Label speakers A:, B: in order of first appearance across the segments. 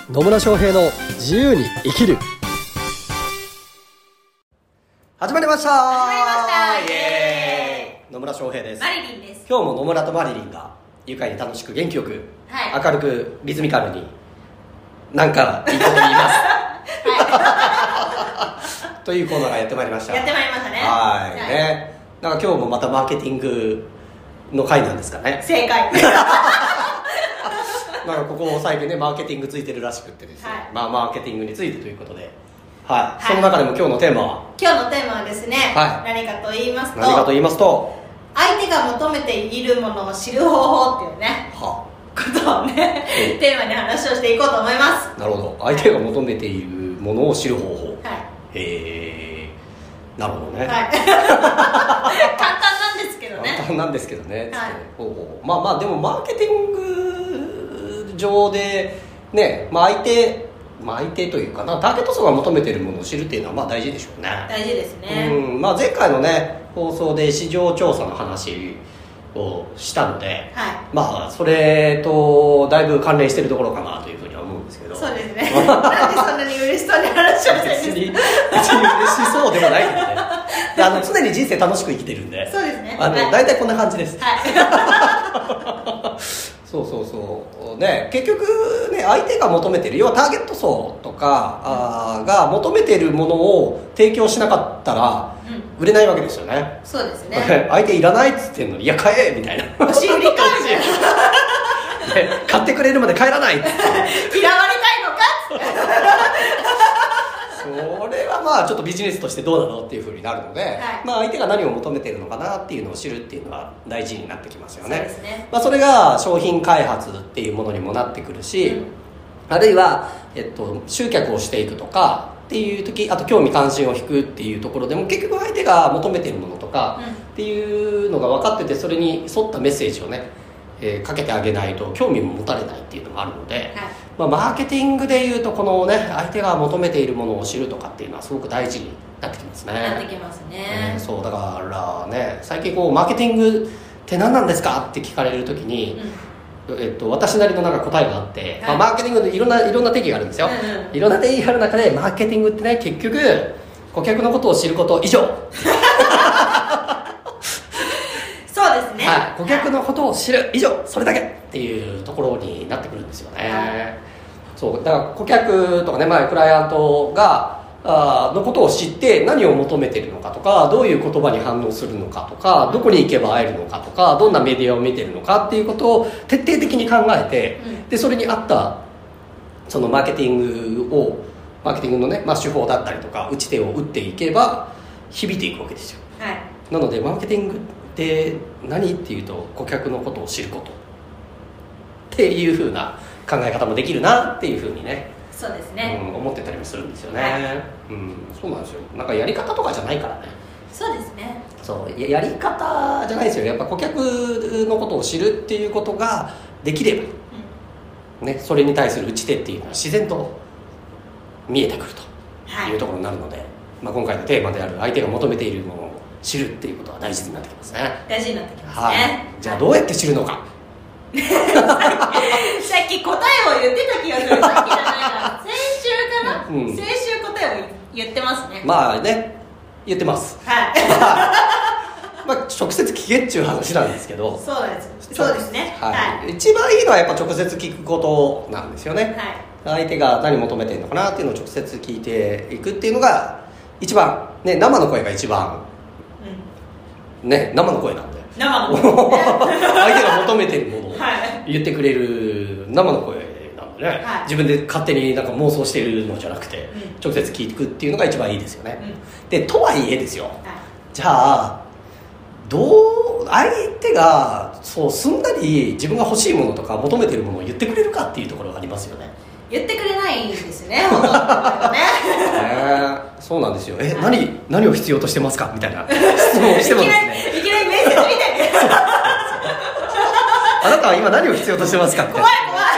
A: 野村翔平の自由に生きる。始まりました
B: イエ
A: ーイ。野村翔平です。
B: マリリンです。
A: 今日も野村とマリリンが愉快に楽しく元気よく、
B: はい、
A: 明るくリズミカルになんかいいこと言いますというコーナーがやってまいりました。
B: やってまいりましたね。
A: はい、ね。なんか今日もまたマーケティングの回なんですかね。
B: 正解
A: なんかここ最近ねマーケティングついてるらしくってですね、
B: はい、
A: まあマーケティングについてということで、はい、その中でも今日のテーマは、
B: 今日のテーマはですね、
A: はい、
B: 何かと言いますと相手が求めているものを知る方法っていうね、ことをねテーマに話をしていこうと思います。
A: なるほど。相手が求めているものを知る方法、
B: はい、
A: なるほどね、
B: はい、簡単なんですけどね。
A: 簡単なんですけどね、
B: はい、
A: まあまあでもマーケティング上でね、まあ相手というかな、ターゲット層が求めているものを知るっていうのはまあ大事でしょうね。
B: 大事ですね。
A: まあ、前回のね放送で市場調査の話をしたので、はい、まあそれとだいぶ関連してるところかなというふうには思うんですけど。
B: そうですねなんでそんなに嬉しそうに話をしてるんですか。
A: 別に嬉しそうでもないけどね常に人生楽しく生きてるんで。
B: そうですね。
A: 大体こんな感じです、
B: はい
A: そうね、結局ね相手が求めてる、要はターゲット層とかが求めてるものを提供しなかったら売れないわけですよね。
B: そうですね
A: 相手いらないっつってんのに、いや買えみたいな、
B: 押し売りかみたいな
A: 買ってくれるまで帰らないっつって
B: 嫌われたいのかっつって
A: それはまあちょっとビジネスとしてどうなのっていう風になるので、はい、まあ相手が何を求めているのかなっていうのを知るっていうのが大事になってきますよね。
B: そうですね。
A: まあ、それが商品開発っていうものにもなってくるし、あるいは、集客をしていくとかっていう時、あと興味関心を引くっていうところでも結局相手が求めているものとかっていうのが分かってて、それに沿ったメッセージをねかけてあげないと興味も持たれないっていうのがあるので、はい、まあ、マーケティングでいうとこのね相手が求めているものを知るとかっていうのはすごく大事になってきますね。
B: なってきますね。
A: そうだからね、最近マーケティングって何なんですかって聞かれるときに、私なりのなんか答えがあって、はい、まあ、マーケティングでいろんな定義があるんですよ、いろんな定義がある中でマーケティングってね結局顧客のことを知ること以上
B: そうですね、
A: はい、顧客のことを知る以上、それだけっていうところになってくるんですよね、はい、そうだから顧客とかね、まあ、クライアントがのことを知って何を求めているのかとか、どういう言葉に反応するのかとか、どこに行けば会えるのかとか、どんなメディアを見てるのかっていうことを徹底的に考えて、でそれに合ったそのマーケティングのね、まあ、手法だったりとか打ち手を打っていけば響いていくわけですよ、はい、なのでマーケティングって何っていうと、顧客のことを知ることっていう風な考え方もできるなっていう風にね、
B: そうですね、
A: 思ってたりもするんですよね、
B: はい、
A: そうなんですよ。なんかやり方とかじゃないからね。
B: そうですね、
A: そうやり方じゃないですよ。やっぱ顧客のことを知るっていうことができれば、ね、それに対する打ち手っていうのは自然と見えてくるというところになるので、まあ、今回のテーマである相手が求めているものを知るっていうことは大事になってきますね。
B: 大事になってきますね、
A: はい、じゃあどうやって知るのか
B: さっき答えを言ってた気がする。さっきじゃないな、先週かな、先週答えを言ってますね。
A: まあね、言ってます。
B: はい
A: まあ直接聞けっちゅう話なんですけど。
B: そうです。そうですね、
A: はい、一番いいのはやっぱ直接聞くことなんですよね、はい、相手が何求めてるのかなっていうのを直接聞いていくっていうのが一番、ね、生の声が一番、ね、生の声なんで、
B: 生の声、
A: 相手が求めてるものを言ってくれる生の声なんでね、はい、自分で勝手になんか妄想してるのじゃなくて、直接聞くっていうのが一番いいですよね、でとはいえですよ、はい、じゃあ相手がそうすんなり自分が欲しいものとか求めてるものを言ってくれるかっていうところがありますよね。
B: 言ってくれないんですね、ほとんどの場合はね
A: そうなんですよ。何を必要としてますかみたいな質問をしてもですね
B: いきなり面接みたいに
A: あなたは今何を必要としてますかみたいな
B: 怖い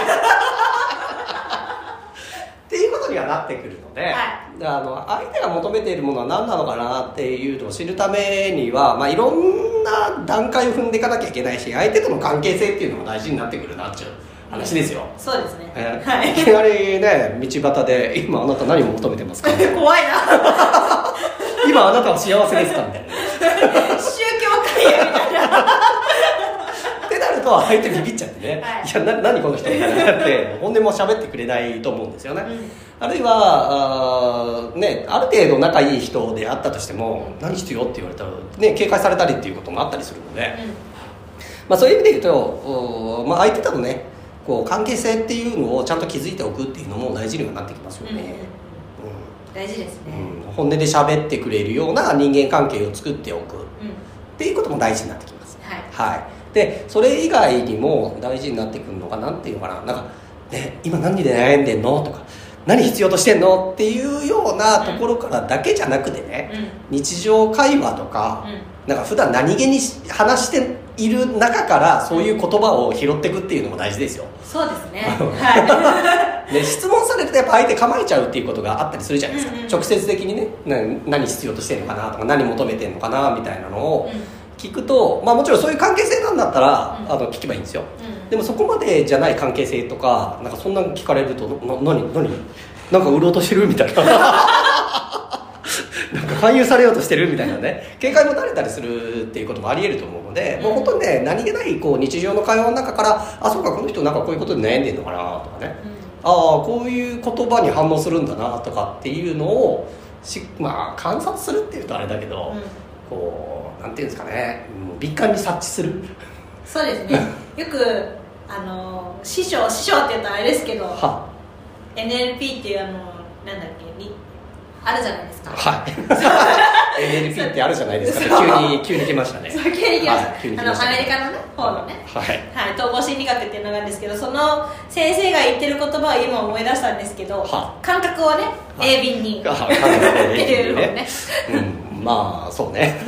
A: っていうことにはなってくるので、はい、相手が求めているものは何なのかなっていうのを知るためには、まあ、いろんな段階を踏んでいかなきゃいけないし、相手との関係性っていうのも大事になってくるなって話ですよ。
B: そうですね、
A: はい、いきなりね道端で今あなた何を求めてますか
B: 怖いな
A: 今あなたは幸せですかみたいな
B: 宗教家みたいな
A: ってなると相手ビビっちゃってね、はい、いや何この人みたいになって本音も喋ってくれないと思うんですよね、あるいはね、ある程度仲いい人であったとしても何必要って言われたら、ね、警戒されたりっていうこともあったりするので、まあ、そういう意味で言うと、まあ、相手とのねこう関係性っていうのをちゃんと築いておくっていうのも大事にはなってきますよね、
B: 大事ですね、
A: 本音で喋ってくれるような人間関係を作っておくっていうことも大事になってきます、はい、でそれ以外にも大事になってくるのかなっていうのかな、なんか、ね、今何で悩んでんのとか何必要としてんのっていうようなところからだけじゃなくてね、日常会話とか、なんか普段何気に話している中からそういう言葉を拾っていくっていうのも大事ですよ。
B: そうですね、はい、
A: で質問されるとやっぱ相手構えちゃうっていうことがあったりするじゃないですか、直接的にね何必要としてるのかなとか何求めてるのかなみたいなのを聞くと、まあ、もちろんそういう関係性なんだったら、聞けばいいんですよ、でもそこまでじゃない関係性とかなんかそんなの聞かれると何なんか売ろうとしてるみたいななんか勧誘されようとしてるみたいなね警戒も垂れたりするっていうこともあり得ると思うので、もう本当にね何気ないこう日常の会話の中からそうかこの人なんかこういうことで悩んでるのかなとかね、こういう言葉に反応するんだなとかっていうのをまあ観察するっていうとあれだけど、こうなんていうんですかね、敏感に察知する
B: そうですねよく師匠って言うとあれですけどNLP っていうなんだっけあるじゃないですか、はい
A: NLP ってあるじゃないですか、急に来ましたね。
B: そう急に来ました、アメリカのね方のね、統合心理学っていうのがあるんですけど、その先生が言ってる言葉を今思い出したんですけど、感覚をね鋭敏にっていうのをね、
A: まあそうね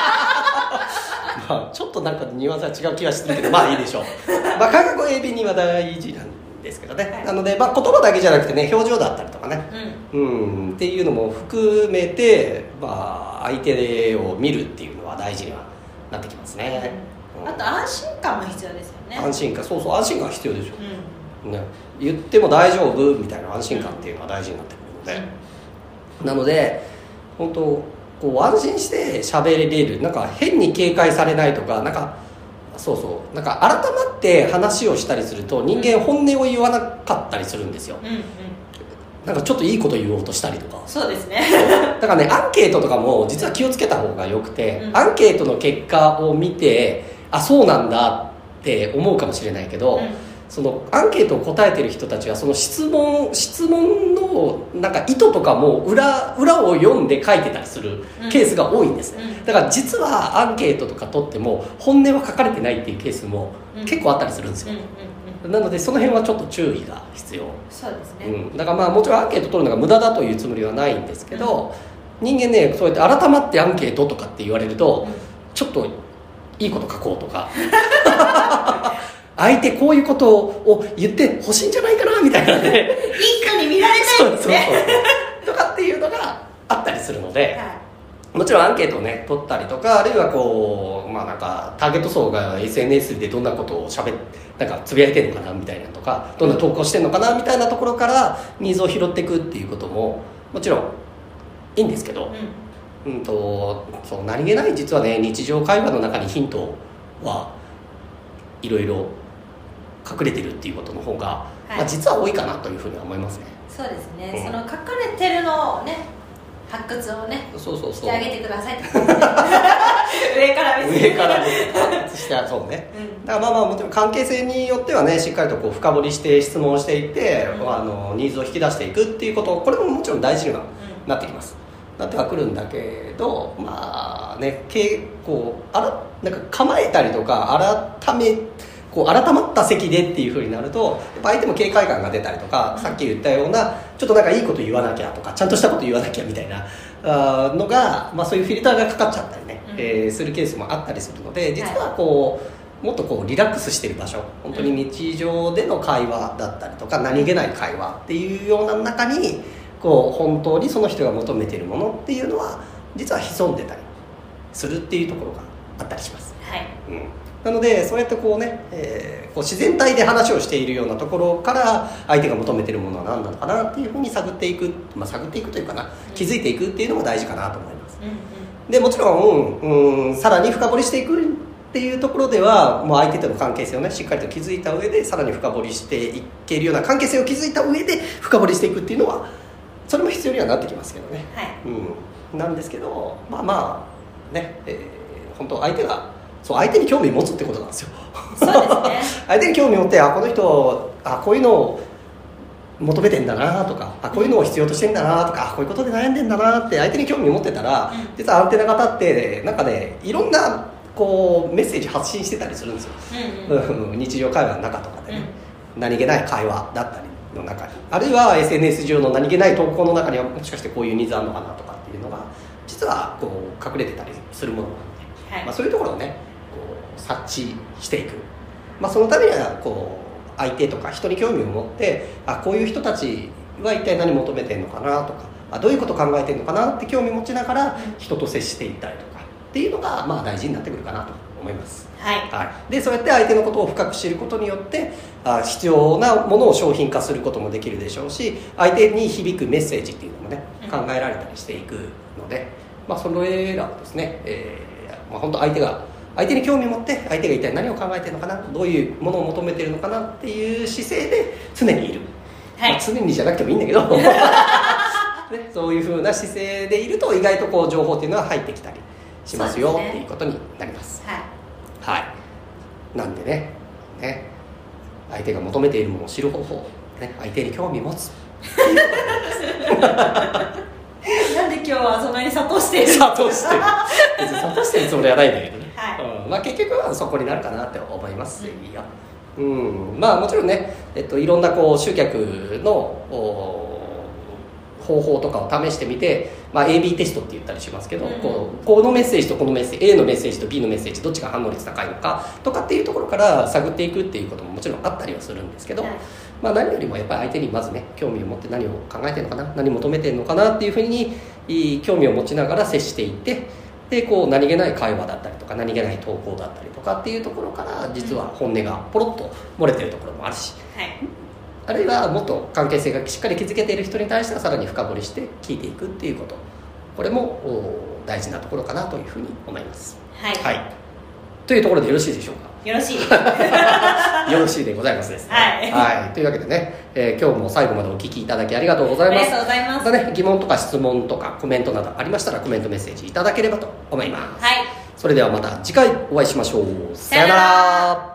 A: まあちょっとなんかニュアンスは違う気がするけどまあいいでしょうまあ感覚を鋭敏には大事なんですけどね、なので、まあ、言葉だけじゃなくてね表情だったりとかね、っていうのも含めて、まあ、相手を見るっていうのは大事にはなってきますね、
B: あと安心感も必要ですよね。
A: 安心感、そう安心感が必要でしょ、ね、言っても大丈夫みたいな安心感っていうのは大事になってくるので、なので本当こう安心して喋れる、なんか変に警戒されないとか、なんかなんか改まって話をしたりすると人間本音を言わなかったりするんですよ、なんかちょっといいこと言おうとしたりとか。
B: そうですね
A: だからねアンケートとかも実は気をつけた方がよくて、アンケートの結果を見てそうなんだって思うかもしれないけど、そのアンケートを答えてる人たちはその質問のなんか意図とかも裏を読んで書いてたりするケースが多いんですね、だから実はアンケートとか取っても本音は書かれてないっていうケースも結構あったりするんですよ、なのでその辺はちょっと注意が必要。
B: そうですね、
A: だからまあもちろんアンケート取るのが無駄だというつもりはないんですけど、人間ねそうやって改まってアンケートとかって言われると、ちょっといいこと書こうとか相手こういうことを言ってほしいんじゃないかなみたいなね
B: いい子に見られたいんですね
A: とかっていうのがあったりするので、もちろんアンケートをね取ったりとか、あるいはこうまあなんかターゲット層が SNS でどんなことをなんかつぶやいてるのかなみたいなとか、どんな投稿してるのかなみたいなところからニーズを拾っていくっていうことももちろんいいんですけど、そう何気ない実はね日常会話の中にヒントはいろいろ隠れてるっていうことの方が、実は多いかなというふうには思いますね。
B: そうですね、その書かれてるのをね発掘をねしてあげてくださいって上から
A: 発掘してそうね、だからまあもちろん関係性によってはねしっかりとこう深掘りして質問していって、ニーズを引き出していくっていうこと、これももちろん大事にはなってきます、なってはくるんだけど、まあね結構なんか構えたりとか改まった席でっていう風になるとやっぱ相手も警戒感が出たりとか、さっき言ったようなちょっとなんかいいこと言わなきゃとかちゃんとしたこと言わなきゃみたいなのが、まあ、そういうフィルターがかかっちゃったりね、するケースもあったりするので、実はこうもっとこうリラックスしてる場所、本当に日常での会話だったりとか何気ない会話っていうような中にこう本当にその人が求めているものっていうのは実は潜んでたりするっていうところがあったりします。 なのでそうやってこうね、こう自然体で話をしているようなところから相手が求めているものは何なのかなっていうふうに探っていく、探っていくというかな、気づいていくっていうのが大事かなと思います、でもちろん、さらに深掘りしていくっていうところではもう相手との関係性をねしっかりと築いた上でさらに深掘りしていけるような関係性を築いた上で深掘りしていくっていうのはそれも必要にはなってきますけどね、なんですけどね、本当相手に興味を持つってことなんですよ。
B: そうですね
A: 相手に興味を持ってこの人こういうのを求めてんだなとかこういうのを必要としてんだなとかこういうことで悩んでんだなって相手に興味を持ってたら、実はアンテナが立ってなんかねいろんなこうメッセージ発信してたりするんですよ、日常会話の中とかでね、何気ない会話だったりの中に、あるいは SNS 上の何気ない投稿の中にはもしかしてこういうニーズあるのかなとかっていうのが実はこう隠れてたりするものなので、そういうところをねこう察知していく、そのためにはこう相手とか人に興味を持ってこういう人たちは一体何求めてるのかなとかどういうことを考えてるのかなって興味を持ちながら人と接していったりとかっていうのが大事になってくるかなと思います、でそうやって相手のことを深く知ることによって必要なものを商品化することもできるでしょうし、相手に響くメッセージっていうのもね考えられたりしていくので、それらをですね、本当相手に興味を持って相手が一体何を考えているのかな、どういうものを求めているのかなっていう姿勢で常にいる、常にじゃなくてもいいんだけどそういう風な姿勢でいると意外とこう情報っていうのは入ってきたりしますよっていうことになります。なんでね相手が求めているものを知る方法、相手に興味を持つ
B: なんで今日はそんなに諭してる
A: 別に諭してるつもりはないんだけどね、結局はそこになるかなって思いますよ、もちろんね、いろんなこう集客の方法とかを試してみて、AB テストって言ったりしますけど、このメッセージとこのメッセージ A のメッセージと B のメッセージどっちが反応率高いのかとかっていうところから探っていくっていうことももちろんあったりはするんですけど、何よりもやっぱり相手にまずね興味を持って何を考えてるのかな、何求めてるのかなっていうふうに興味を持ちながら接していって、でこう何気ない会話だったりとか何気ない投稿だったりとかっていうところから実は本音がポロッと漏れてるところもあるし、あるいはもっと関係性がしっかり築けている人に対してはさらに深掘りして聞いていくっていうこと、これも大事なところかなというふうに思います。というところでよろしいでしょうか。
B: よろしい
A: よろしいでございますですね。というわけでね、今日も最後までお聞きいただきありがとうございます。
B: ありがとうございます。
A: またね、疑問とか質問とかコメントなどありましたらコメントメッセージいただければと思います。それではまた次回お会いしましょう。さよなら。